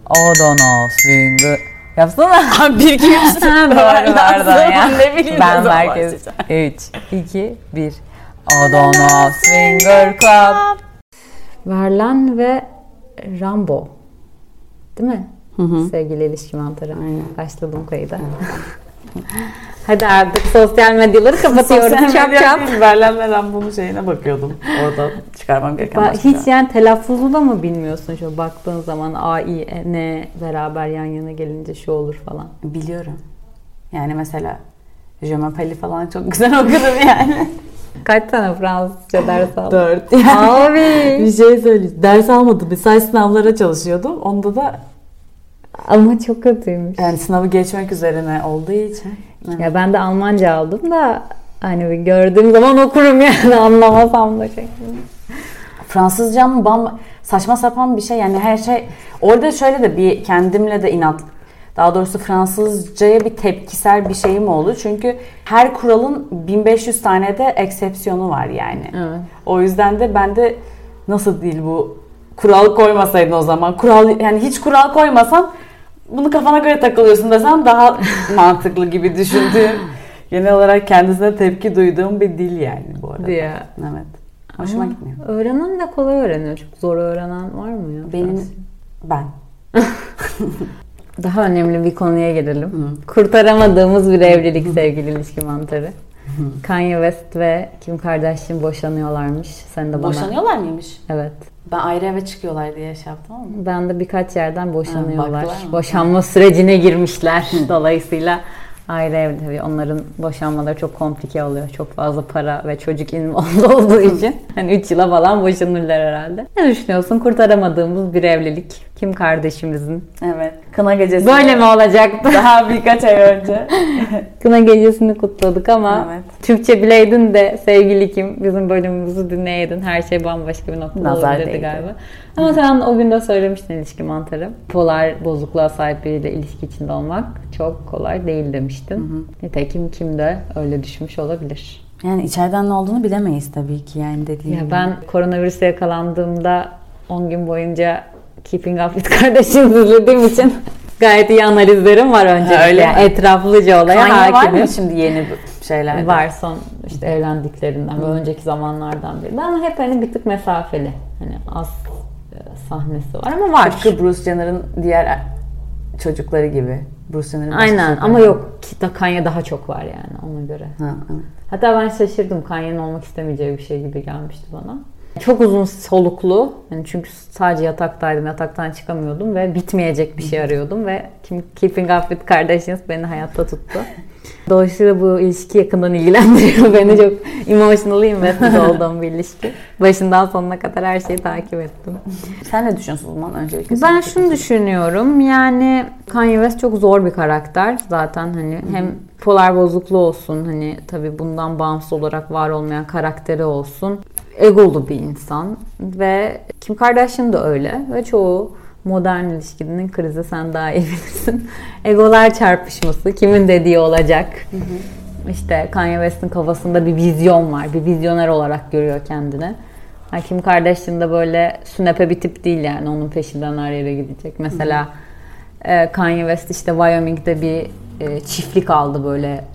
I don't know swing. Yapsana. 1, 2, 3. Doğru pardon ya. Ne bileyim. Ben merkez. 3, 2, 1. I don't know swinger club. Verlaine ve Rambo. Değil mi? Hı. Sevgili ilişki mantarı. Başladım kayıda. Hadi artık sosyal medyaları kapatıyorum. Çap çap. Verlenme Rambo'nun şeyine bakıyordum. Orada çıkarmam gereken başka. Hiç yani telaffuzu da mı bilmiyorsun şu baktığın zaman A, I, N beraber yan yana gelince şu olur falan. Biliyorum. Yani mesela Je m'appelle falan çok güzel okudum yani. Kaç tane Fransızca ders aldın? 4. Abi. Bir şey söyleyeyim. Ders almadım. Bir say sınavlara çalışıyordum. Onda da Ama çok kötüymüş. yani sınavı geçmek üzerine olduğu için. Ya ben de Almanca aldım da hani bir gördüğüm zaman okurum yani anlamasam da şeklinde. Fransızcam saçma sapan bir şey yani her şey orada şöyle de bir kendimle de daha doğrusu Fransızcaya bir tepkisel bir şeyim oldu çünkü her kuralın 1500 tane de eksepsiyonu var yani. Evet. O yüzden de ben de nasıl değil bu kural koymasaydın o zaman yani hiç kural koymasan bunu kafana göre takılıyorsun desem daha mantıklı gibi düşündüğüm genel olarak kendisine tepki duyduğum bir dil yani bu arada. Diye. Evet. Hoşuma gitmiyor. Öğrenen de kolay öğreniyor. Çok zor öğrenen var mı ya? Ben. Daha önemli bir konuya gelelim. Kurtaramadığımız bir evlilik sevgili ilişki mantarı. Kanye West ve Kim Kardashian boşanıyorlarmış. Sen de bana... Boşanıyorlar mıymış? Evet. Ben ayrı eve çıkıyorlar diye şey yaptım ama. Ben de birkaç yerden boşanıyorlar. baktılar mı? Boşanma sürecine girmişler. Dolayısıyla ayrı evde. Onların boşanmaları çok komplike oluyor. Çok fazla para ve çocuk involved olduğu için. Hani 3 yıla falan boşanırlar herhalde. Ne düşünüyorsun? Kurtaramadığımız bir evlilik. Kim kardeşimizin? Evet. Kına gecesi. Böyle mi olacaktı? Daha birkaç ay önce. Kına gecesini kutladık ama Evet. Türkçe bileydin de sevgili Kim bizim bölümümüzü dinleyeydin. Her şey bambaşka bir noktada Nazar olabilirdi değdi. galiba. Ama sen o gün de söylemiştin ilişki mantarı. Polar bozukluğa sahip biriyle ilişki içinde olmak çok kolay değil demiştin. Nitekim Kim de öyle düşmüş olabilir. Yani içeriden ne olduğunu bilemeyiz tabii ki yani dediğim Ya gibi. ben koronavirüse yakalandığımda 10 gün boyunca Keeping Up with Kardashians izlediğim için gayet iyi analizlerim var önce. Ha, öyle yani mi? etraflıca olaya Kanye var hakimim. mı şimdi yeni şeyler? Var son işte evlendiklerinden ve önceki zamanlardan beri. Ama hep hani bir tık mesafeli. Hani az sahnesi var ama var. Tıpkı Bruce Jenner'ın diğer çocukları gibi. Bruce Jenner'ın Aynen ama yok. Kanye daha çok var yani ona göre. Ha. Hatta ben şaşırdım. Kanye'nin olmak istemeyeceği bir şey gibi gelmişti bana. Çok uzun soluklu. Yani çünkü sadece yataktaydım. Yataktan çıkamıyordum ve bitmeyecek bir şey arıyordum ve Keeping Up with Kardashians beni hayatta tuttu. Dolayısıyla bu ilişki yakından ilgilendiriyor. Beni çok emotionally invested olduğum bir ilişki. Başından sonuna kadar her şeyi takip ettim. Sen ne düşünüyorsun o zaman öncelikle? Ben şunu düşünüyorum. Yani Kanye West çok zor bir karakter. Zaten hani hem polar bozukluğu olsun hani tabii bundan bağımsız olarak var olmayan karakteri olsun. Egolu bir insan ve Kim Kardashian da öyle ve çoğu modern ilişkinin krizi sen daha iyi bilirsin. Egolar çarpışması, kimin dediği olacak. İşte Kanye West'in kafasında bir vizyon var. Bir vizyoner olarak görüyor kendini. Kim Kardashian da böyle sünepe bir tip değil yani. Onun peşinden her yere gidecek. Mesela Kanye West işte Wyoming'de bir çiftlik aldı böyle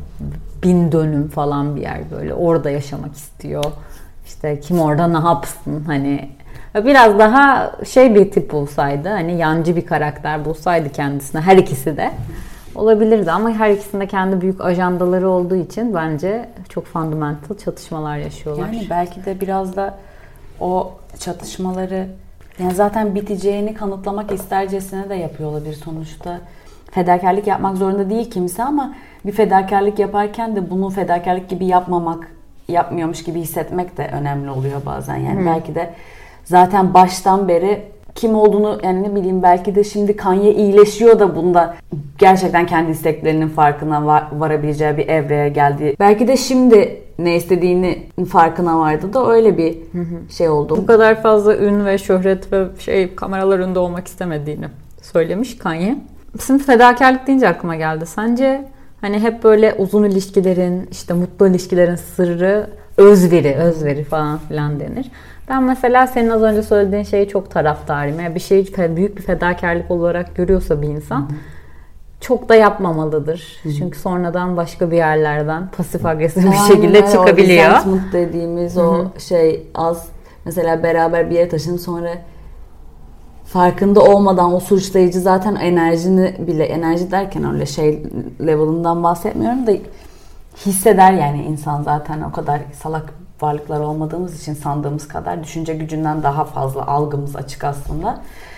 1000 dönüm falan bir yer böyle. Orada yaşamak istiyor. İşte kim orada ne yapsın hani biraz daha şey bir tip bulsaydı hani yancı bir karakter bulsaydı kendisine her ikisi de olabilirdi ama her ikisinde kendi büyük ajandaları olduğu için bence çok fundamental çatışmalar yaşıyorlar. Yani belki de biraz da o çatışmaları yani zaten biteceğini kanıtlamak istercesine de yapıyor olabilir sonuçta. Fedakarlık yapmak zorunda değil kimse ama bir fedakarlık yaparken de bunu fedakarlık gibi yapmıyormuş gibi hissetmek de önemli oluyor bazen. Yani belki de zaten baştan beri kim olduğunu yani ne bileyim belki de şimdi Kanye iyileşiyor da bunda gerçekten kendi isteklerinin farkına varabileceği bir evreye geldi. Belki de şimdi ne istediğinin farkına vardı da öyle bir şey oldu. Bu kadar fazla ün ve şöhret ve kameralar önünde olmak istemediğini söylemiş Kanye. Şimdi fedakarlık deyince aklıma geldi. Sence hani hep böyle uzun ilişkilerin, işte mutlu ilişkilerin sırrı özveri falan filan denir. Ben mesela senin az önce söylediğin şeyi çok taraftarıyım. Yani bir şeyi büyük bir fedakarlık olarak görüyorsa bir insan çok da yapmamalıdır. Çünkü sonradan başka bir yerlerden pasif agresif bir şekilde çıkabiliyor. O resentment dediğimiz o şey az mesela beraber bir yere taşınıp sonra farkında olmadan o suçlayıcı zaten enerjini bile enerji derken öyle şey level'ından bahsetmiyorum da hisseder yani insan zaten o kadar salak varlıklar olmadığımız için sandığımız kadar düşünce gücünden daha fazla algımız açık aslında.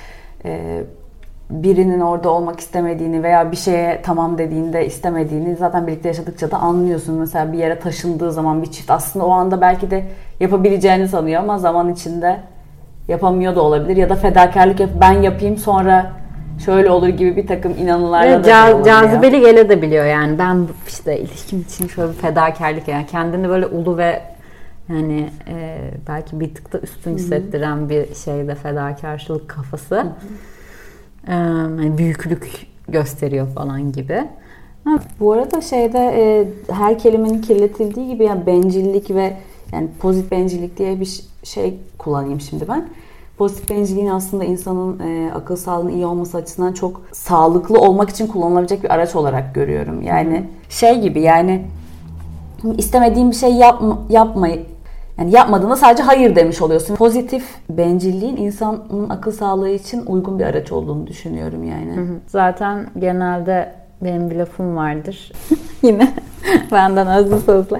Birinin orada olmak istemediğini veya bir şeye tamam dediğinde istemediğini zaten birlikte yaşadıkça da anlıyorsun. Mesela bir yere taşındığı zaman bir çift aslında o anda belki de yapabileceğini sanıyor ama zaman içinde yapamıyor da olabilir. Ya da fedakarlık ben yapayım sonra şöyle olur gibi bir takım inanılarla da cazibeli gelebiliyor yani. Ben işte ilişkim için şöyle bir fedakarlık yani kendini böyle ulu ve yani belki bir tık da üstün hissettiren bir şeyde fedakarlık kafası. Yani büyüklük gösteriyor falan gibi. Bu arada şeyde her kelimenin kirletildiği gibi yani bencillik ve yani pozitif bencillik diye bir şey kullanayım şimdi ben. Pozitif bencilliğin aslında insanın akıl sağlığının iyi olması açısından çok sağlıklı olmak için kullanılabilecek bir araç olarak görüyorum. Yani şey gibi yani istemediğin bir şey yapmayı yani yapmadığında sadece hayır demiş oluyorsun. Pozitif bencilliğin insanın akıl sağlığı için uygun bir araç olduğunu düşünüyorum yani. Zaten genelde benim bir lafım vardır. Yine benden özlü sözler.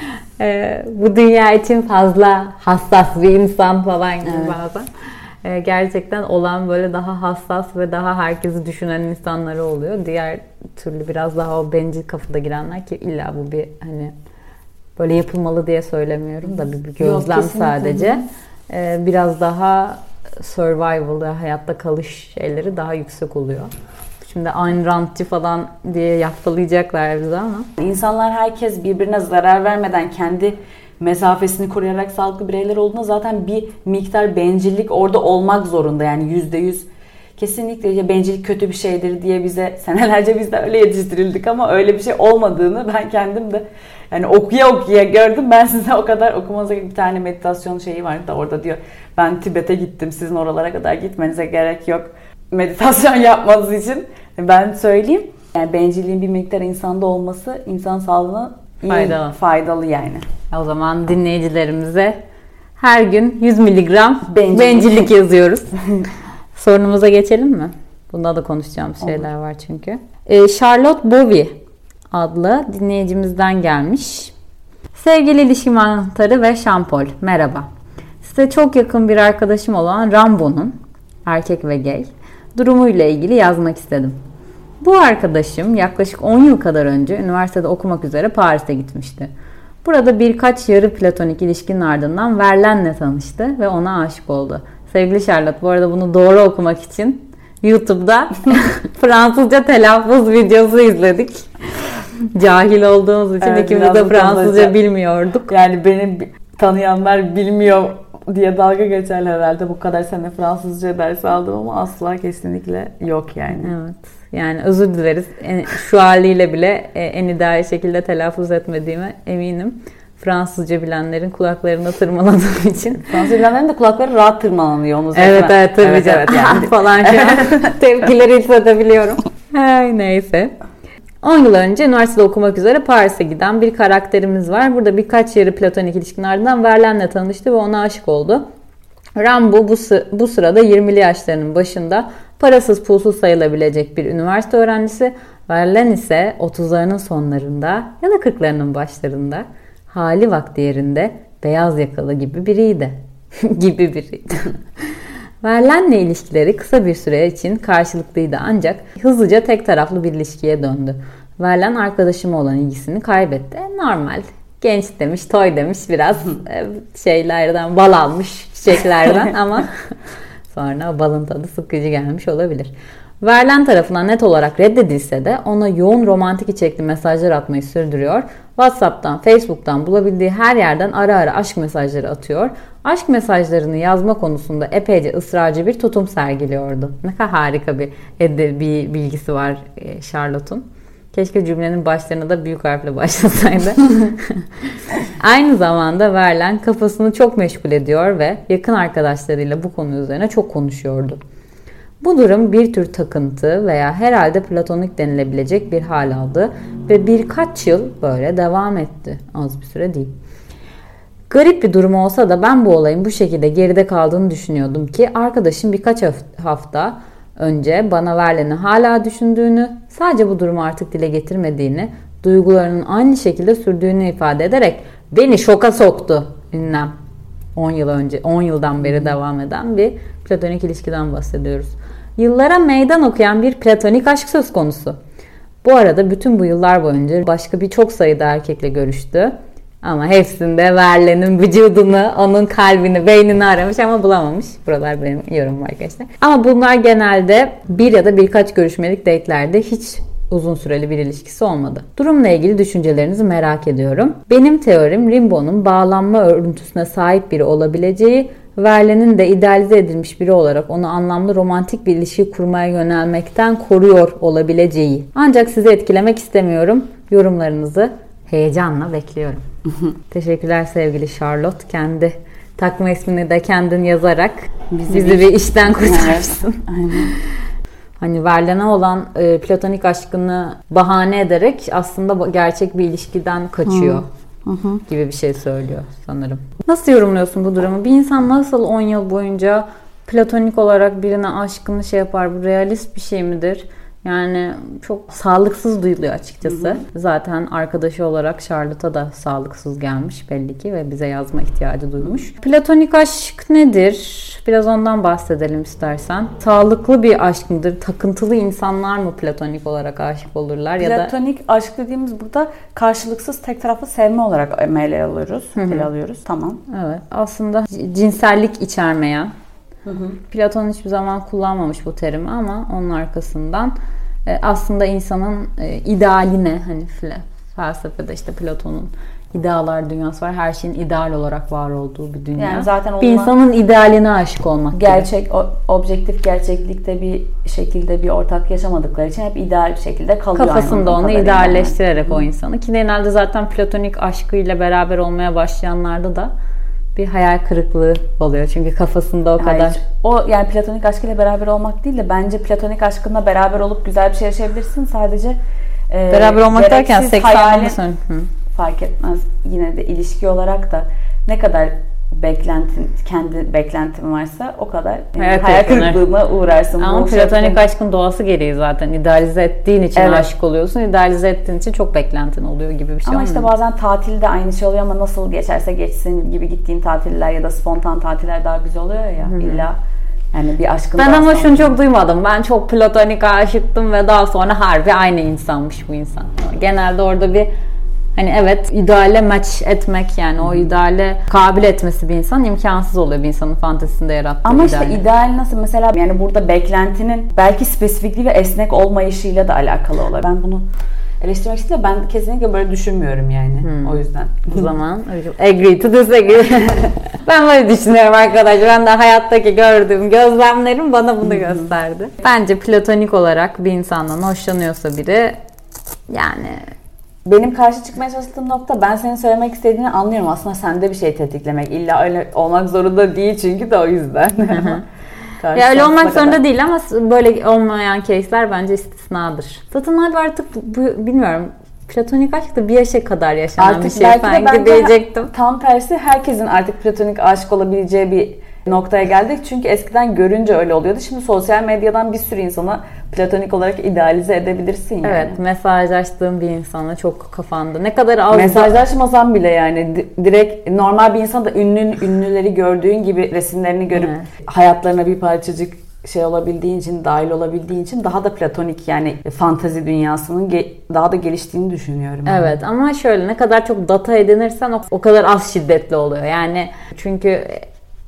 Bu dünya için fazla hassas bir insan falan gibi bazen. Gerçekten olan böyle daha hassas ve daha herkesi düşünen insanları oluyor. Diğer türlü biraz daha o bencil kafada girenler ki illa bu bir hani böyle yapılmalı diye söylemiyorum da bir gözlem yok, sadece. Biraz daha survival, hayatta kalış şeyleri daha yüksek oluyor. Şimdi Ayn Rand'cı falan diye yaftalayacaklar bize ama. İnsanlar herkes birbirine zarar vermeden kendi mesafesini koruyarak sağlıklı bireyler olduğunda zaten bir miktar bencillik orada olmak zorunda. Yani %100 kesinlikle bencillik kötü bir şeydir diye bize senelerce biz de öyle yetiştirildik ama öyle bir şey olmadığını ben kendim de yani okuya gördüm. Ben size o kadar okumanıza bir tane meditasyon şeyi var da orada diyor ben Tibet'e gittim sizin oralara kadar gitmenize gerek yok meditasyon yapmanız için. Ben söyleyeyim yani bencilliğin bir miktar insanda olması insan sağlığına faydalı yani. O zaman dinleyicilerimize her gün 100 miligram bencillik yazıyoruz. Sorunumuza geçelim mi? Bunda da konuşacağımız şeyler var çünkü. Charlotte Bowie adlı dinleyicimizden gelmiş. Sevgili ilişki mantarı ve şampol, merhaba. Size çok yakın bir arkadaşım olan Rambo'nun, erkek ve gay, durumuyla ilgili yazmak istedim. Bu arkadaşım yaklaşık 10 yıl kadar önce üniversitede okumak üzere Paris'e gitmişti. Burada birkaç yarı platonik ilişkinin ardından Verlaine'le tanıştı ve ona aşık oldu. Sevgili Charlotte, bu arada bunu doğru okumak için YouTube'da Fransızca telaffuz videosu izledik. Cahil olduğumuz için ikimiz de Fransızca bilmiyorduk. Yani beni tanıyanlar bilmiyor diye dalga geçerler herhalde. Bu kadar sene Fransızca ders aldım ama asla kesinlikle yok yani. Evet. Yani özür dileriz. Şu haliyle bile en ideal şekilde telaffuz etmediğime eminim. Fransızca bilenlerin kulaklarına tırmaladığım için. Fransızca bilenlerin de kulakları rahat tırmalanıyor. Onu zaten. Evet tabii evet, yani. Falan şu an tepkileri hissedebiliyorum. Neyse. 10 yıl önce üniversitede okumak üzere Paris'e giden bir karakterimiz var. Burada birkaç yarı platonik ilişkinin ardından Verlaine'le tanıştı ve ona aşık oldu. Rambo bu sırada 20'li yaşlarının başında parasız pulsuz sayılabilecek bir üniversite öğrencisi. Verlaine ise 30'larının sonlarında ya da 40'larının başlarında hali vakti yerinde beyaz yakalı gibi biriydi. Verlaine'le ilişkileri kısa bir süre için karşılıklıydı ancak hızlıca tek taraflı bir ilişkiye döndü. Verlaine arkadaşıma olan ilgisini kaybetti. Normal. Genç demiş, toy demiş, biraz şeylerden bal almış, çiçeklerden ama sonra balın tadı sıkıcı gelmiş olabilir. Verlaine tarafından net olarak reddedilse de ona yoğun romantik içerikli mesajlar atmayı sürdürüyor. WhatsApp'tan, Facebook'tan bulabildiği her yerden ara ara aşk mesajları atıyor. Aşk mesajlarını yazma konusunda epeyce ısrarcı bir tutum sergiliyordu. Ne kadar harika bir bilgisi var Charlotte'un. Keşke cümlenin başlarına da büyük harfle başlasaydı. Aynı zamanda Verlaine kafasını çok meşgul ediyor ve yakın arkadaşlarıyla bu konu üzerine çok konuşuyordu. Bu durum bir tür takıntı veya herhalde platonik denilebilecek bir hal aldı ve birkaç yıl böyle devam etti. Az bir süre değil. Garip bir durum olsa da ben bu olayın bu şekilde geride kaldığını düşünüyordum ki arkadaşım birkaç hafta önce bana Verlaine'i hala düşündüğünü, sadece bu durumu artık dile getirmediğini, duygularının aynı şekilde sürdüğünü ifade ederek beni şoka soktu. Ünlem. 10 yıldan beri devam eden bir platonik ilişkiden bahsediyoruz. Yıllara meydan okuyan bir platonik aşk söz konusu. Bu arada bütün bu yıllar boyunca başka birçok sayıda erkekle görüştü. Ama hepsinde Verlaine'in vücudunu, onun kalbini, beynini aramış ama bulamamış. Buralar benim yorumum arkadaşlar. Ama bunlar genelde bir ya da birkaç görüşmelik date'lerde, hiç uzun süreli bir ilişkisi olmadı. Durumla ilgili düşüncelerinizi merak ediyorum. Benim teorim Rimbaud'un bağlanma örüntüsüne sahip biri olabileceği, Verlaine'in de idealize edilmiş biri olarak onu anlamlı romantik bir ilişki kurmaya yönelmekten koruyor olabileceği. Ancak sizi etkilemek istemiyorum. Yorumlarınızı heyecanla bekliyorum. Teşekkürler sevgili Charlotte. Kendi takma ismini de kendin yazarak bizi bir işten kurtarırsın. Aynen. Hani Verlaine'e olan platonik aşkını bahane ederek aslında gerçek bir ilişkiden kaçıyor gibi bir şey söylüyor sanırım. Nasıl yorumluyorsun bu durumu? Bir insan nasıl 10 yıl boyunca platonik olarak birine aşkını yapar? Bu realist bir şey midir? Yani çok sağlıksız duyuluyor açıkçası. Zaten arkadaşı olarak Charlotte'a da sağlıksız gelmiş belli ki ve bize yazma ihtiyacı duymuş. Platonik aşk nedir? Biraz ondan bahsedelim istersen. Sağlıklı bir aşk mıdır? Takıntılı insanlar mı platonik olarak aşık olurlar? Platonik aşk dediğimiz burada karşılıksız tek taraflı sevme olarak ele alıyoruz. Tamam. Evet. Aslında cinsellik içermeyen. Platon hiçbir zaman kullanmamış bu terimi ama onun arkasından aslında insanın idealine, hani felsefede işte Platon'un idealar dünyası var. Her şeyin ideal olarak var olduğu bir dünya. Yani zaten bir insanın idealine aşık olmak gerçek, objektif gerçeklikte bir şekilde bir ortak yaşamadıkları için hep ideal bir şekilde kalıyor. Kafasında onu idealleştirerek o insanı. Ki genelde zaten platonik aşkıyla beraber olmaya başlayanlarda da bir hayal kırıklığı oluyor. Çünkü kafasında o kadar. O yani platonik aşkıyla beraber olmak değil de bence platonik aşkınla beraber olup güzel bir şey yaşayabilirsin. Sadece beraber olmak derken seks anlamında fark etmez. Yine de ilişki olarak da ne kadar kendi beklentin varsa o kadar hayal kırıklığına uğrarsın. Ama platonik aşkın doğası gereği zaten idealize ettiğin için aşık oluyorsun. İdealize ettiğin için çok beklentin oluyor gibi bir şey. Ama işte bazen tatilde aynı şey oluyor ama nasıl geçerse geçsin gibi gittiğin tatiller ya da spontan tatiller daha güzel oluyor ya. İlla yani bir aşkın. Ben ama şunu çok duymadım. Ben çok platonik aşıktım ve daha sonra harbi aynı insanmış bu insan. Genelde orada bir hani evet ideale match etmek, yani o ideale kabil etmesi bir insan imkansız oluyor, bir insanın fantezisinde yarattığı ama ideale. İşte ideal nasıl mesela, yani burada beklentinin belki spesifikliği ve esnek olmayışıyla da alakalı oluyor. Ben bunu eleştirmek istiyorum. Ben kesinlikle böyle düşünmüyorum yani. O yüzden. O zaman agree to disagree. Ben böyle düşünüyorum arkadaşlar. Ben de hayattaki gördüğüm gözlemlerim bana bunu gösterdi. Bence platonik olarak bir insandan hoşlanıyorsa biri, yani benim karşı çıkmaya çalıştığım nokta, ben senin söylemek istediğini anlıyorum. Aslında sende bir şey tetiklemek. İlla öyle olmak zorunda değil çünkü de o yüzden. Ya öyle olmak zorunda değil ama böyle olmayan case'ler bence istisnadır. Zaten abi artık bilmiyorum, platonik aşk da bir yaşa kadar yaşanan artık bir şey sanki diyecektim. Tam tersi, herkesin artık platonik aşık olabileceği bir noktaya geldik. Çünkü eskiden görünce öyle oluyordu. Şimdi sosyal medyadan bir sürü insana platonik olarak idealize edebilirsin yani. Evet, mesajlaştığın bir insana çok kafanda ne kadar az mesajlaşmasan bile yani direkt normal bir insan da ünlüleri gördüğün gibi resimlerini görüp hayatlarına bir parçacık olabildiğin için, dahil olabildiğin için daha da platonik, yani fantazi dünyasının daha da geliştiğini düşünüyorum. Evet yani. Ama şöyle, ne kadar çok data edinirsen o kadar az şiddetli oluyor. Yani çünkü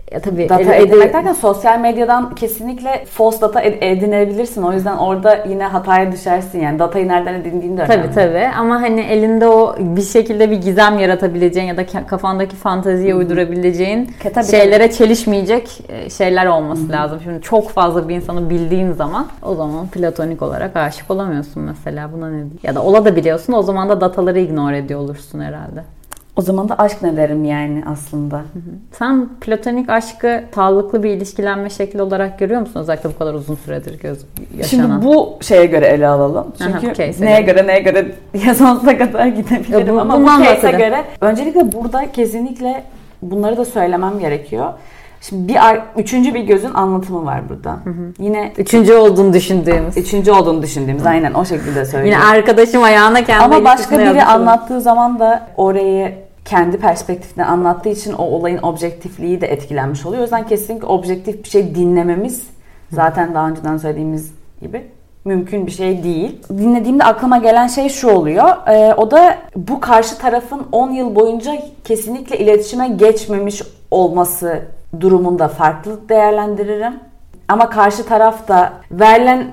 tabii data edinmek derken sosyal medyadan kesinlikle false data edinebilirsin. O yüzden orada yine hataya düşersin yani. Datayı nereden edindiğin de önemli. Tabii ama hani elinde o bir şekilde bir gizem yaratabileceğin ya da kafandaki fanteziye uydurabileceğin şeylere çelişmeyecek şeyler olması lazım. Şimdi çok fazla bir insanı bildiğin zaman o zaman platonik olarak aşık olamıyorsun mesela. Buna ne diyeyim? Ya da olabiliyorsun, o zaman da dataları ignore ediyor olursun herhalde. O zaman da aşk ne derim yani aslında. Sen platonik aşkı sağlıklı bir ilişkilenme şekli olarak görüyor musun? Özellikle bu kadar uzun süredir yaşanan. Şimdi bu şeye göre ele alalım. Çünkü neye göre diye sonsuza kadar gidebilirim. Ama bu case'e göre öncelikle burada kesinlikle bunları da söylemem gerekiyor. Şimdi üçüncü bir gözün anlatımı var burada. Yine üçüncü olduğunu düşündüğümüz. Aynen o şekilde söylüyorum. Yine arkadaşım ayağına kendi ama başka biri anlattığı zaman da orayı kendi perspektifinden anlattığı için o olayın objektifliği de etkilenmiş oluyor. O yüzden kesinlikle objektif bir şey dinlememiz zaten daha önceden söylediğimiz gibi mümkün bir şey değil. Dinlediğimde aklıma gelen şey şu oluyor. O da bu karşı tarafın 10 yıl boyunca kesinlikle iletişime geçmemiş olması durumunda farklı değerlendiririm. Ama karşı taraf da verilen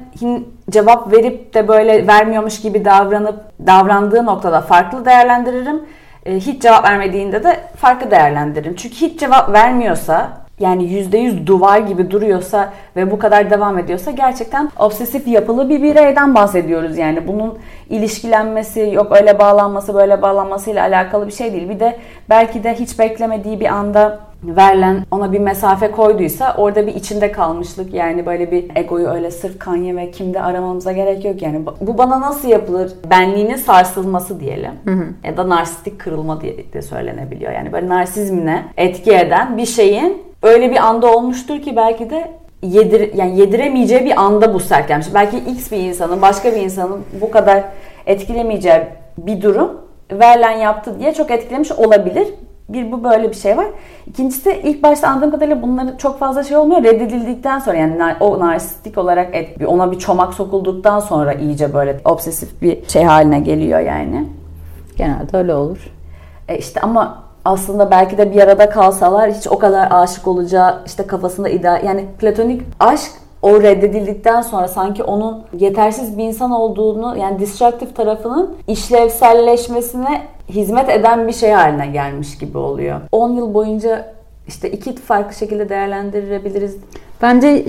cevap verip de böyle vermiyormuş gibi davrandığı noktada farklı değerlendiririm. Hiç cevap vermediğinde de farklı değerlendiririm. Çünkü hiç cevap vermiyorsa, yani %100 duvar gibi duruyorsa ve bu kadar devam ediyorsa gerçekten obsesif yapılı bir bireyden bahsediyoruz. Yani bunun ilişkilenmesi, yok öyle bağlanması, böyle bağlanmasıyla alakalı bir şey değil. Bir de belki de hiç beklemediği bir anda verilen ona bir mesafe koyduysa orada bir içinde kalmışlık, yani böyle bir egoyu öyle sırf Kanye ve kimde aramamıza gerek yok yani. Bu bana nasıl yapılır? Benliğinin sarsılması diyelim. Ya da narsistik kırılma diye de söylenebiliyor. Yani böyle narsizmine etki eden bir şeyin öyle bir anda olmuştur ki belki de yediremeyeceği bir anda bu sertlenmiş. Belki X bir insanın, başka bir insanın bu kadar etkilemeyeceği bir durum verilen yaptı diye çok etkilemiş olabilir. Bu böyle bir şey var. İkincisi, ilk başta anladığım kadarıyla bunların çok fazla şey olmuyor. Reddedildikten sonra, yani o narsistik olarak ona bir çomak sokulduktan sonra iyice böyle obsesif bir şey haline geliyor yani. Genelde öyle olur. İşte ama aslında belki de bir arada kalsalar hiç o kadar aşık olacağı işte kafasında yani platonik aşk o reddedildikten sonra sanki onun yetersiz bir insan olduğunu, yani destruktif tarafının işlevselleşmesine hizmet eden bir şey haline gelmiş gibi oluyor. 10 yıl boyunca işte iki farklı şekilde değerlendirebiliriz. Bence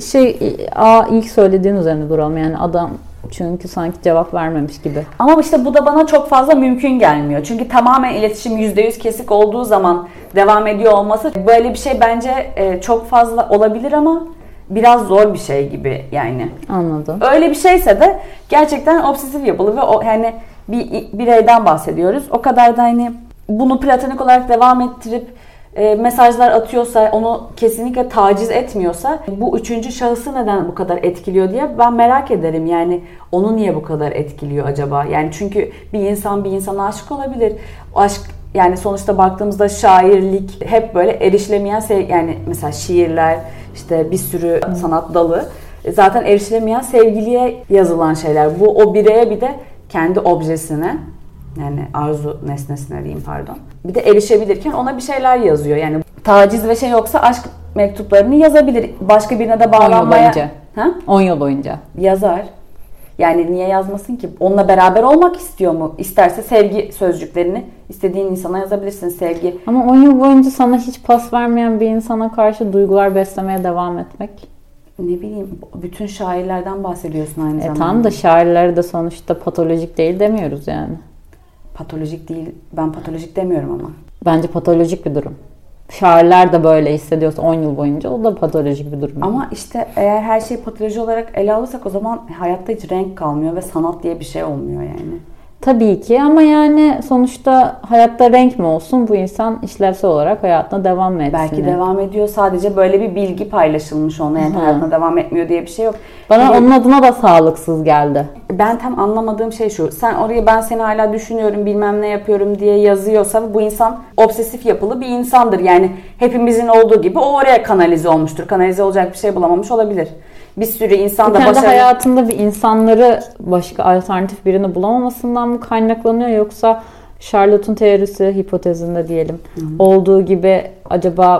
ilk söylediğin üzerine duralım. Yani adam çünkü sanki cevap vermemiş gibi. Ama işte bu da bana çok fazla mümkün gelmiyor. Çünkü tamamen iletişim %100 kesik olduğu zaman devam ediyor olması, böyle bir şey bence çok fazla olabilir ama biraz zor bir şey gibi yani. Anladım. Öyle bir şeyse de gerçekten obsesif yapılı ve yani bir bireyden bahsediyoruz. O kadar da hani bunu platonik olarak devam ettirip mesajlar atıyorsa, onu kesinlikle taciz etmiyorsa, bu üçüncü şahısı neden bu kadar etkiliyor diye ben merak ederim. Yani onu niye bu kadar etkiliyor acaba? Yani çünkü bir insan bir insana aşık olabilir. Aşk, yani sonuçta baktığımızda şairlik hep böyle erişilemeyen yani mesela şiirler, işte bir sürü sanat dalı zaten erişilemeyen sevgiliye yazılan şeyler. Bu o bireye bir de kendi objesine, yani arzu nesnesine diyeyim pardon, bir de erişebilirken ona bir şeyler yazıyor. Yani taciz ve şey yoksa aşk mektuplarını yazabilir. Başka birine de bağlanmaya... 10 yıl boyunca. Yazar. Yani niye yazmasın ki? Onunla beraber olmak istiyor mu? İsterse sevgi sözcüklerini istediğin insana yazabilirsin. Sevgi. Ama 10 yıl boyunca sana hiç pas vermeyen bir insana karşı duygular beslemeye devam etmek. Ne bileyim, bütün şairlerden bahsediyorsun aynı zamanda. Tamam da şairler de sonuçta patolojik değil demiyoruz yani. Patolojik değil. Ben patolojik demiyorum ama. Bence patolojik bir durum. Şairler de böyle hissediyorsa 10 yıl boyunca o da patolojik bir durum. Ama işte eğer her şeyi patoloji olarak ele alırsak o zaman hayatta hiç renk kalmıyor ve sanat diye bir şey olmuyor yani. Tabii ki ama yani sonuçta hayatta renk mi olsun, bu insan işlevsel olarak hayatına devam mı etsin? Belki devam ediyor, sadece böyle bir bilgi paylaşılmış ona, yani hayatına devam etmiyor diye bir şey yok. Bana onun adına da sağlıksız geldi. Ben tam anlamadığım şey şu: sen oraya ben seni hala düşünüyorum, bilmem ne yapıyorum diye yazıyorsa bu insan obsesif yapılı bir insandır. Yani hepimizin olduğu gibi o oraya kanalize olmuştur. Kanalize olacak bir şey bulamamış olabilir. Bir sürü insan da kendi hayatında bir insanları başka alternatif birini bulamamasından mı kaynaklanıyor, yoksa Charlotte'un teorisi hipotezinde diyelim olduğu gibi acaba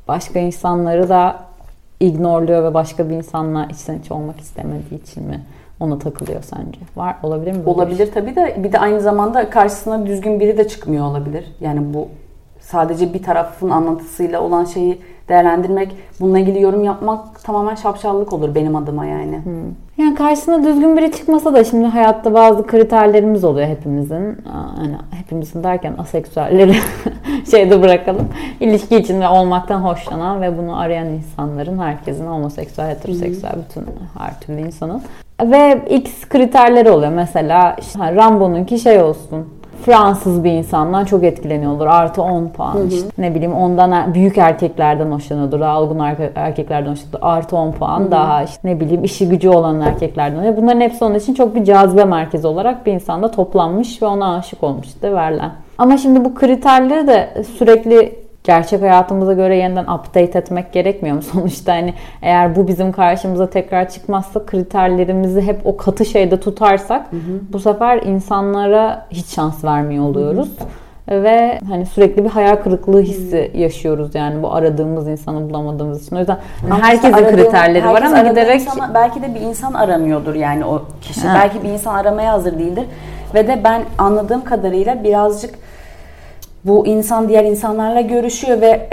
başka insanları da ignorluyor ve başka bir insanla içten içe olmak istemediği için mi ona takılıyor sence? Olabilir mi? Olabilir tabii de bir de aynı zamanda karşısına düzgün biri de çıkmıyor olabilir. Yani bu sadece bir tarafın anlatısıyla olan şeyi değerlendirmek, bununla ilgili yorum yapmak tamamen şapşallık olur benim adıma yani. Yani karşısına düzgün biri çıkmasa da şimdi hayatta bazı kriterlerimiz oluyor hepimizin. Yani hepimizin derken aseksüelleri şeyde bırakalım. İlişki içinde olmaktan hoşlanan ve bunu arayan insanların, herkesin, homoseksüel, heteroseksüel, bütün her türlü insanın. Ve X kriterleri oluyor. Mesela işte Rambo'nunki şey olsun. Fransız bir insandan çok etkileniyordur. Artı 10 puan. İşte ne bileyim ondan büyük erkeklerden hoşlanıyordur. Daha olgun erkeklerden hoşlanıyordur. Artı 10 puan. Daha işte ne bileyim işi gücü olan erkeklerden hoşlanıyordur. Bunların hepsi onun için çok bir cazibe merkezi olarak bir insanda toplanmış ve ona aşık olmuş işte verilen. Ama şimdi bu kriterleri de sürekli gerçek hayatımıza göre yeniden update etmek gerekmiyor mu? Sonuçta hani eğer bu bizim karşımıza tekrar çıkmazsa, kriterlerimizi hep o katı şeyde tutarsak bu sefer insanlara hiç şans vermiyor oluyoruz. Ve hani sürekli bir hayal kırıklığı hissi yaşıyoruz yani bu aradığımız insanı bulamadığımız için. O yüzden hani herkesin kriterleri var ama giderek belki de bir insan aramıyordur yani o kişi. Belki bir insan aramaya hazır değildir. Ve de ben anladığım kadarıyla birazcık bu insan diğer insanlarla görüşüyor ve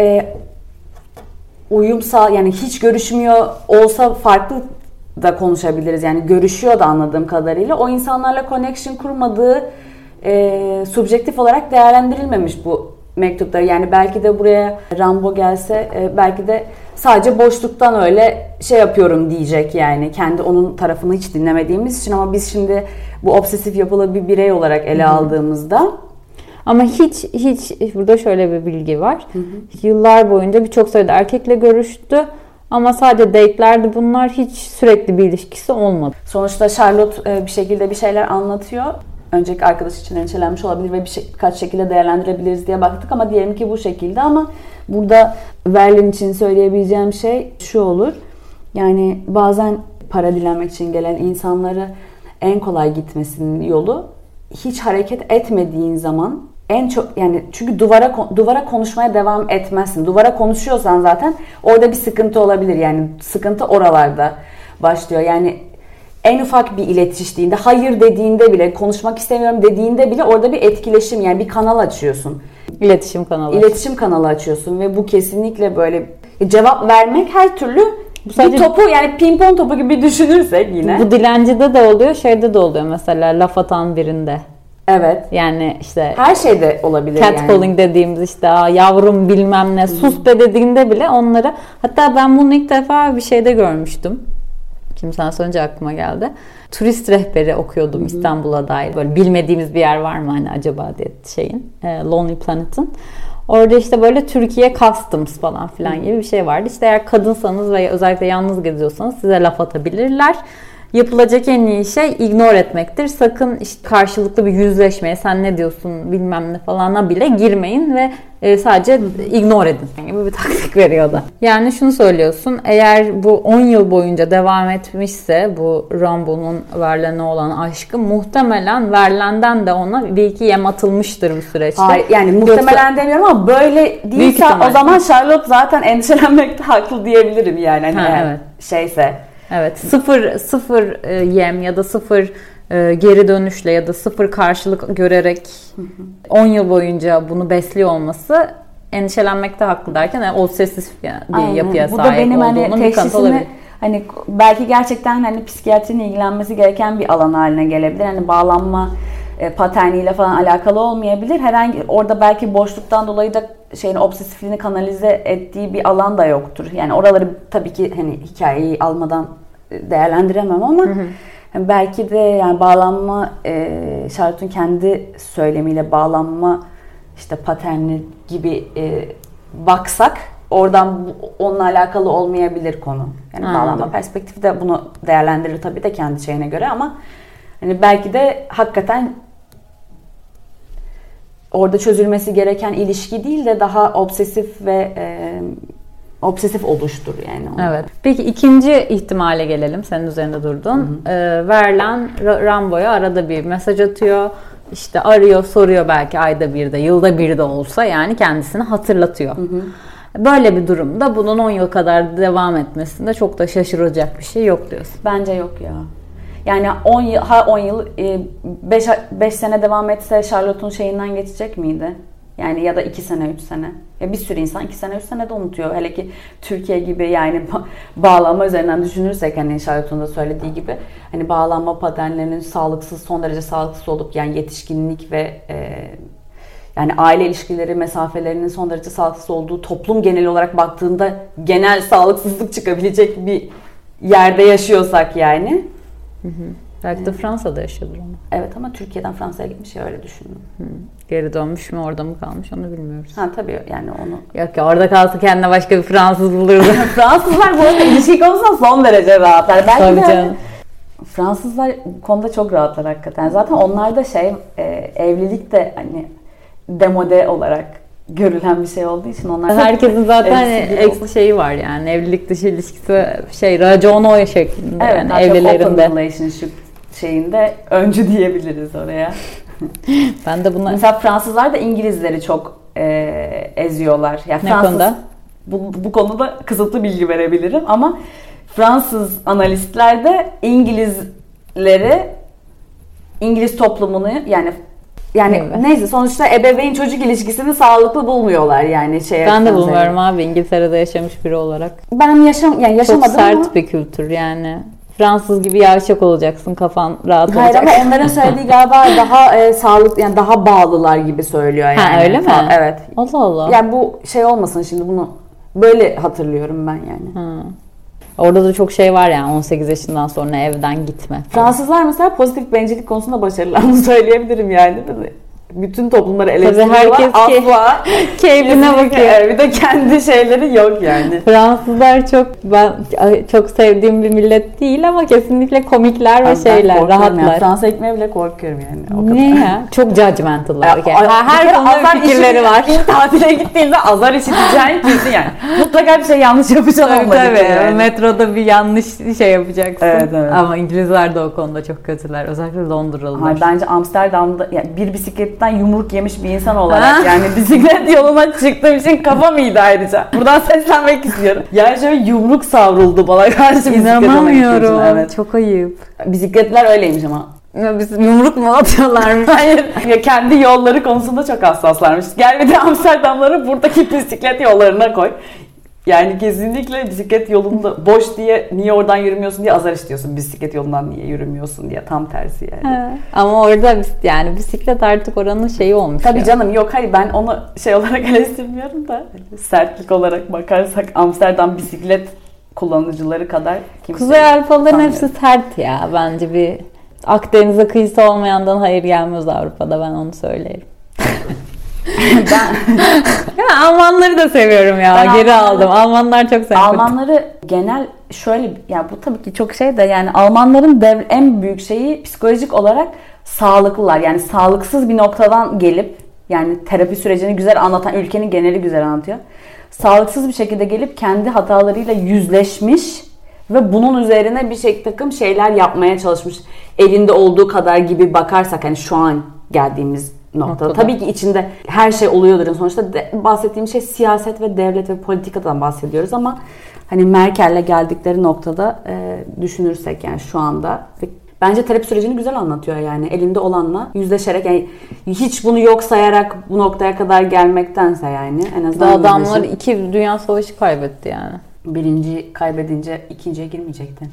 uyum yani hiç görüşmüyor olsa farklı da konuşabiliriz. Yani görüşüyor da anladığım kadarıyla. O insanlarla connection kurmadığı subjektif olarak değerlendirilmemiş bu mektupları. Yani belki de buraya Rambo gelse belki de sadece boşluktan öyle şey yapıyorum diyecek yani. Kendi onun tarafını hiç dinlemediğimiz için ama biz şimdi bu obsesif yapılı bir birey olarak ele aldığımızda ama hiç burada şöyle bir bilgi var. Yıllar boyunca birçok sayıda erkekle görüştü ama sadece date'lerdi bunlar, hiç sürekli bir ilişkisi olmadı. Sonuçta Charlotte bir şekilde bir şeyler anlatıyor. Önceki arkadaş için endişelenmiş olabilir ve birkaç şekilde değerlendirebiliriz diye baktık ama diyelim ki bu şekilde. Ama burada Verlin için söyleyebileceğim şey şu olur. Yani bazen para dilenmek için gelen insanları en kolay gitmesinin yolu hiç hareket etmediğin zaman en çok yani çünkü duvara konuşmaya devam etmezsin. Duvara konuşuyorsan zaten orada bir sıkıntı olabilir. Yani sıkıntı oralarda başlıyor. Yani en ufak bir iletiştiğinde, hayır dediğinde bile, konuşmak istemiyorum dediğinde bile orada bir etkileşim yani bir kanal açıyorsun. İletişim kanalı açıyorsun ve bu kesinlikle böyle cevap vermek her türlü bir topu yani pimpon topu gibi düşünürsek yine. Bu dilencide de oluyor, şeyde de oluyor mesela laf atan birinde. Evet. Yani işte her şeyde olabilir catcalling dediğimiz işte yavrum bilmem ne sus be dediğinde bile onları, hatta ben bunu ilk defa bir şeyde görmüştüm. Şimdi sen söyleyince aklıma geldi. Turist rehberi okuyordum İstanbul'a dair. Böyle bilmediğimiz bir yer var mı hani acaba diye şeyin. Lonely Planet'ın. Orada işte böyle Türkiye Customs falan filan gibi bir şey vardı. İşte eğer kadınsanız ve özellikle yalnız geziyorsanız size laf atabilirler. Yapılacak en iyi şey ignore etmektir. Sakın işte karşılıklı bir yüzleşmeye, sen ne diyorsun bilmem ne falana bile girmeyin ve sadece ignore edin gibi bir taktik veriyordu. Yani şunu söylüyorsun, eğer bu 10 yıl boyunca devam etmişse bu Rambo'nun Verlaine'e olan aşkı, muhtemelen Verlaine'den de ona bir iki yem atılmıştır bu süreçte. Hayır, yani muhtemelen demiyorum ama böyle değilse o zaman Charlotte zaten endişelenmekte haklı diyebilirim yani. Hani evet. Şeyse. Evet, sıfır yem ya da sıfır geri dönüşle ya da sıfır karşılık görerek 10 yıl boyunca bunu besliyor olması endişelenmekte haklı derken yani obsesif bir yapıya bu da sahip benim olduğunun bir kanıtı olabilir. Hani belki gerçekten hani psikiyatrinin ilgilenmesi gereken bir alan haline gelebilir. Hani bağlanma paterniyle falan alakalı olmayabilir. Herhangi orada belki boşluktan dolayı da obsesifliğini kanalize ettiği bir alan da yoktur. Yani oraları tabii ki hani hikayeyi almadan değerlendiremem ama belki de yani bağlanma Charlotte'un kendi söylemiyle bağlanma işte paterni gibi baksak oradan onunla alakalı olmayabilir konu. Yani bağlanma perspektifi de bunu değerlendirir tabii de kendi şeyine göre ama hani belki de hakikaten orada çözülmesi gereken ilişki değil de daha obsesif ve obsesif oluştur yani. Evet. Peki ikinci ihtimale gelelim. Senin üzerinde durdun. Verlaine Rambo'ya arada bir mesaj atıyor. İşte arıyor, soruyor belki ayda bir de, yılda bir de olsa yani kendisini hatırlatıyor. Böyle bir durumda bunun 10 yıl kadar devam etmesinde çok da şaşıracak bir şey yok diyorsun. Bence yok ya. Yani 10 yıl 5 sene devam etse Charlotte'un şeyinden geçecek miydi? Yani ya da 2 sene 3 sene. Ya bir sürü insan 2 sene 3 sene de unutuyor. Hele ki Türkiye gibi yani bağlanma üzerinden düşünürsek hani Charlotte'un da söylediği gibi hani bağlanma paternlerinin son derece sağlıksız olup yani yetişkinlik ve yani aile ilişkileri mesafelerinin son derece sağlıksız olduğu toplum genel olarak baktığında genel sağlıksızlık çıkabilecek bir yerde yaşıyorsak yani. Belki de Fransa'da yaşıyordur onu. Evet ama Türkiye'den Fransa'ya gitmiş ya öyle düşündüm. Geri dönmüş mü orada mı kalmış onu bilmiyoruz. Ha tabii yani onu. Yok ya orada kalsa kendine başka bir Fransız bulurdu. Fransızlar bu arada ilişki konusunda son derece rahatlar. Belki Tabii de canım. Fransızlar bu konuda çok rahatlar hakikaten. Zaten onlarda evlilik de hani demode olarak görülen bir şey olduğu için onlar herkesin zaten eksi şeyi var yani evlilik dışı ilişkisi racon o şeklinde evet, yani evlilerinde. Open relationship şeyinde öncü diyebiliriz oraya. Ben de buna mesela Fransızlar da İngilizleri çok eziyorlar. Yani ne konuda? Bu konuda kısıtlı bilgi verebilirim ama Fransız analistler de İngiliz toplumunu yani evet. Neyse sonuçta ebeveyn çocuk ilişkisini sağlıklı bulmuyorlar yani Ben de bulmuyorum abi İngiltere'de yaşamış biri olarak. Ben yaşamadım çok sert ama bir kültür yani. Fransız gibi yavşak olacaksın, kafan rahat olacak. Hayır ama onların söylediği galiba daha sağlıklı yani daha bağlılar gibi söylüyor yani. Ha öyle mi? Evet. Allah Allah. Yani bu olmasın şimdi bunu böyle hatırlıyorum ben yani. Orada da çok şey var yani 18 yaşından sonra evden gitme. Fransızlar mesela pozitif bencillik konusunda başarılı söyleyebilirim yani. Bütün toplumları eleştiriyorlar. Herkes asla keyfine bakıyor. Bir de kendi şeyleri yok yani. Fransızlar ben çok sevdiğim bir millet değil ama kesinlikle komikler ve şeyler, rahatlar. Yani. Fransa gitmeye bile korkuyorum yani. O kadar. Ne ya? Çok judgmental'lar. Her konuda fikirleri var. Tatile gittiğinde azar işiteceğin kesin yani. Mutlaka bir şey yanlış yapacaksın tabii. Yani. Metroda bir yanlış şey yapacaksın. Evet. Ama İngilizler de o konuda çok kötüler. Özellikle Londralılar. Bence Amsterdam'da yani bir bisikletten yumruk yemiş bir insan olarak yani bisiklet yoluna çıktığım için kafam iyiydi ayrıca. Buradan seslenmek istiyorum. Yani şöyle yumruk savruldu bana karşı İnanamıyorum. Evet. Çok ayıp. Bisikletler öyleymiş ama. Biz yumruk mu atıyorlarmış? Hayır. Ya kendi yolları konusunda çok hassaslarmış. Gel bir de Amsterdamları buradaki bisiklet yollarına koy. Yani kesinlikle bisiklet yolunda boş diye niye oradan yürümüyorsun diye azar işliyorsun. Bisiklet yolundan niye yürümüyorsun diye tam tersi yani. Ama orada yani bisiklet artık oranın şeyi olmuş. Tabii canım yok hayır ben onu olarak eleştirmiyorum da sertlik olarak bakarsak Amsterdam bisiklet kullanıcıları kadar kimse. Kuzey Avrupalıların hepsi sert ya bence bir Akdeniz'e kıyısı olmayandan hayır gelmez Avrupa'da ben onu söylerim. Almanları da seviyorum ya. Geri aldım. Almanlar çok sempatik. Almanları genel şöyle ya bu tabii ki çok şey de yani Almanların en büyük şeyi psikolojik olarak sağlıklılar. Yani sağlıksız bir noktadan gelip yani terapi sürecini güzel anlatan ülkenin geneli güzel anlatıyor. Sağlıksız bir şekilde gelip kendi hatalarıyla yüzleşmiş ve bunun üzerine takım şeyler yapmaya çalışmış. Elinde olduğu kadar gibi bakarsak hani şu an geldiğimiz noktada. Tabii ki içinde her şey oluyordur. Yani sonuçta bahsettiğim şey siyaset ve devlet ve politikadan bahsediyoruz ama hani Merkel'le geldikleri noktada düşünürsek yani şu anda bence terapi sürecini güzel anlatıyor yani elinde olanla yüzleşerek yani hiç bunu yok sayarak bu noktaya kadar gelmektense yani en azından adamlar 2 dünya savaşı kaybetti yani. Birinci kaybedince ikinciye girmeyecekti.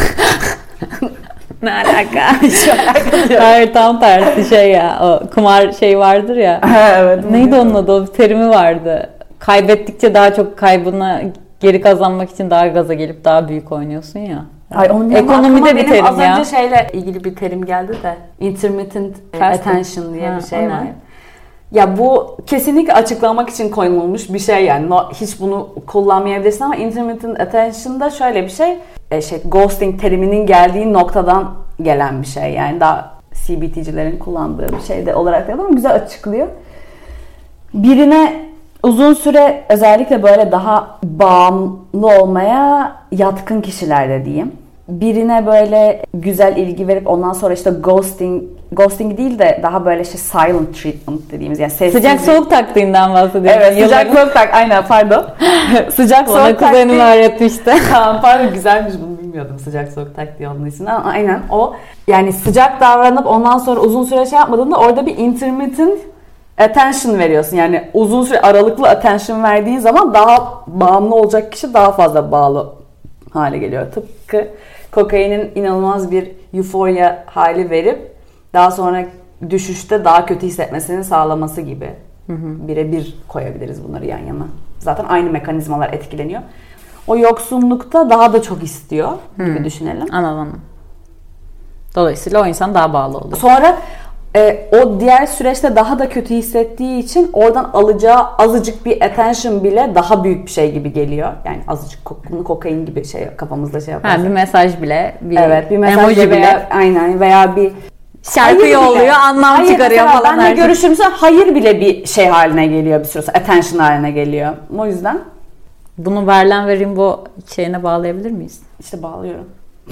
Ne alaka? Hiç alaka yok. Hayır tam tersi ya. O kumar vardır ya. Evet. Neydi onun adı? O bir terimi vardı. Kaybettikçe daha çok kaybını geri kazanmak için daha gaza gelip daha büyük oynuyorsun ya. Ay, ekonomide bir terim az ya. Az önce ilgili bir terim geldi de. Intermittent attention diye bir şey var. Ya bu kesinlikle açıklamak için koyulmuş bir şey yani. Hiç bunu kullanmayabilirsin ama intermittent attention'da şöyle bir şey. Ghosting teriminin geldiği noktadan gelen bir şey. Yani daha CBT'cilerin kullandığı bir şey de olarak da ama güzel açıklıyor. Birine uzun süre özellikle böyle daha bağımlı olmaya yatkın kişilerde diyeyim. Birine böyle güzel ilgi verip ondan sonra ghosting ghosting değil de daha böyle silent treatment dediğimiz yani sessiz. Sıcak soğuk taktiğinden bahsediyorum. Evet, sıcak soğuk aynen pardon. Sıcak soğuk taktiği. Bana kuzenim öğretmişti. Tamam pardon, güzelmiş, bunu bilmiyordum sıcak soğuk taktiği onun için. Aynen o. Yani sıcak davranıp ondan sonra uzun süre şey yapmadığında orada bir intermittent attention veriyorsun. Yani uzun süre aralıklı attention verdiğin zaman daha bağımlı olacak kişi daha fazla bağlı hale geliyor. Tıpkı kokainin inanılmaz bir euforia hali verip daha sonra düşüşte daha kötü hissetmesini sağlaması gibi. Birebir koyabiliriz bunları yan yana. Zaten aynı mekanizmalar etkileniyor. O yoksunlukta daha da çok istiyor gibi düşünelim. Anladım. Dolayısıyla o insan daha bağlı oluyor. Sonra o diğer süreçte daha da kötü hissettiği için oradan alacağı azıcık bir attention bile daha büyük bir şey gibi geliyor. Yani azıcık kokain gibi şey kafamızda şey yaparız. Bir mesaj bile, bir mesaj emoji bile, aynen, veya bir şarkı yolluyor, anlam çıkarıyor falan. Benle görüşürse hayır bile bir şey haline geliyor bir süre sonra. Attention haline geliyor. O yüzden bunu Verlaine ve Rimbaud şeyine bağlayabilir miyiz? İşte bağlıyorum.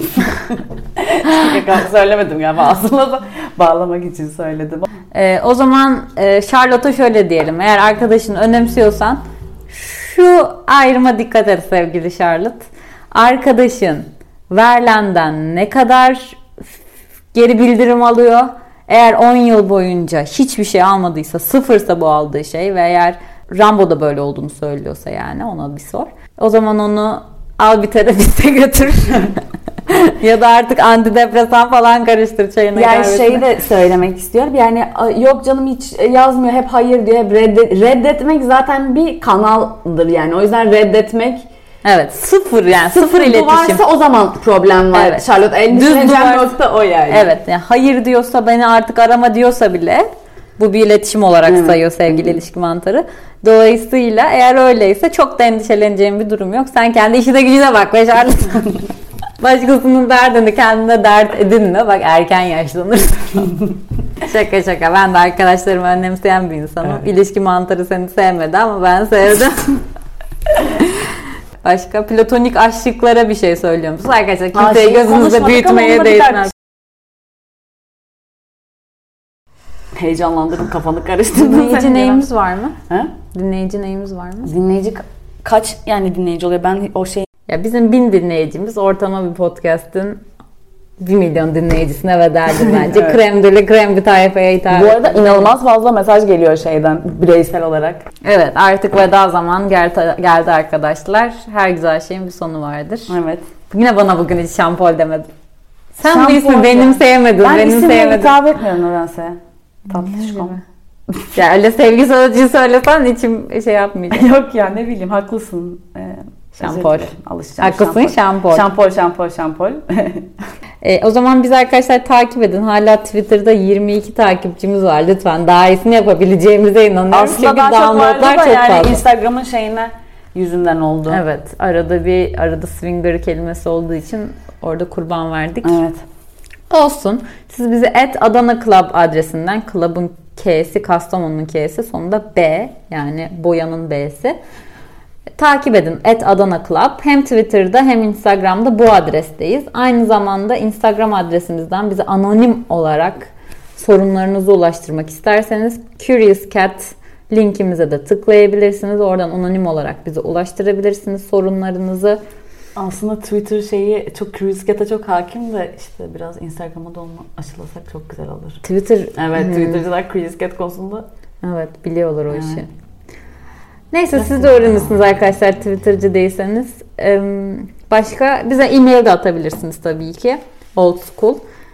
Söylemedim ya, aslında da bağlamak için söyledim. O zaman Charlotte'a şöyle diyelim. Eğer arkadaşını önemsiyorsan şu ayrıma dikkat et sevgili Charlotte. Arkadaşın Verlaine'den ne kadar geri bildirim alıyor? Eğer 10 yıl boyunca hiçbir şey almadıysa, sıfırsa bu aldığı şey ve eğer Rambo'da böyle olduğunu söylüyorsa yani ona bir sor. O zaman onu al bir terapiste götür. Ya da artık antidepresan falan karıştır çayına. Yani şeyi de söylemek istiyorum. Yani yok canım hiç yazmıyor, hep hayır diyor, hep reddetmek zaten bir kanaldır yani. O yüzden reddetmek evet, sıfır yani sıfır iletişim. Varsa o zaman problem var. Evet. Charlotte endişeleneceğim nokta o yani. Evet, yani hayır diyorsa, beni artık arama diyorsa bile bu bir iletişim olarak sayıyor sevgili ilişki mantarı. Dolayısıyla eğer öyleyse çok da endişeleneceğin bir durum yok. Sen kendi işine gücüne bak be Charlotte. Başkasının derdini kendine dert edinme. Bak erken yaşlanırsın. Şaka. Ben de arkadaşlarımı önemseyen bir insanım. Evet. İlişki mantarı seni sevmedi ama ben sevdim. Başka platonik aşıklara bir şey söylüyor musunuz? Arkadaşlar kimseyi gözünüzde büyütmeye değmez. Heyecanlandırdım, kafanı karıştırdım. Dinleyici neyimiz var mı? He? Dinleyici neyimiz var mı? Dinleyici kaç yani dinleyici oluyor? Ben o şey... Ya bizim 1000 dinleyicimiz ortalama bir podcast'ın 1 milyon dinleyicisine bedeldir bence. Evet. Krem bir tayfaya hitap. Bu arada inanılmaz fazla mesaj geliyor şeyden bireysel olarak. Evet, artık veda zaman geldi arkadaşlar. Her güzel şeyin bir sonu vardır. Evet. Yine bana bugün hiç şampol demedin. Sen bu ismi benim sevmedin. Ben isimle hitap etmiyorum nedense. Tatlışkom. Ya öyle sevgi sözcüğü söylesen içim şey yapmayacak. Yok ya, ne bileyim, haklısın. Şampol. Alışacağım. Haklısın, şampol. O zaman biz arkadaşlar takip edin. Hala Twitter'da 22 takipçimiz var. Lütfen daha iyisini yapabileceğimize inanıyorum. Aslında çünkü daha çok vardı da yani fazla. Instagram'ın şeyine yüzünden oldu. Evet. Arada swinger kelimesi olduğu için orada kurban verdik. Evet. Olsun. Siz bizi @Adana Club adresinden, club'ın K'si, Kastamonu'nun K'si, sonunda B, yani boyanın B'si. Takip edin @Adana Club. Hem Twitter'da hem Instagram'da bu adresteyiz. Aynı zamanda Instagram adresimizden bize anonim olarak sorunlarınızı ulaştırmak isterseniz Curious Cat linkimize de tıklayabilirsiniz. Oradan anonim olarak bize ulaştırabilirsiniz sorunlarınızı. Aslında Twitter şeyi çok, Curious Cat'a çok hakim de işte biraz Instagram'a da onu aşılasak çok güzel olur. Twitter. Evet, Twitter'cılar Curious Cat konusunda. Evet, biliyorlar o işi. Neyse, siz de öğrenirsiniz arkadaşlar Twitter'cı değilseniz. Başka bize e-mail de atabilirsiniz tabii ki. Old school.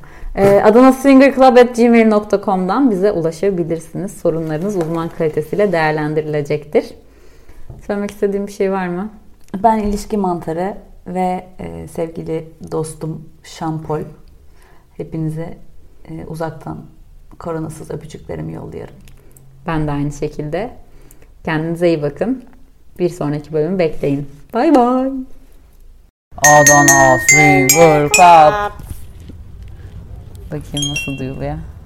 adanaswingerclub@gmail.com'dan bize ulaşabilirsiniz. Sorunlarınız uzman kalitesiyle değerlendirilecektir. Söylemek istediğim bir şey var mı? Ben ilişki mantarı ve sevgili dostum Şampol. Hepinize uzaktan koronasız öpücüklerimi yolluyorum. Ben de aynı şekilde. Kendinize iyi bakın. Bir sonraki bölümü bekleyin. Bye bye. Adana Swinger Club. Bakayım nasıl duyuluyor.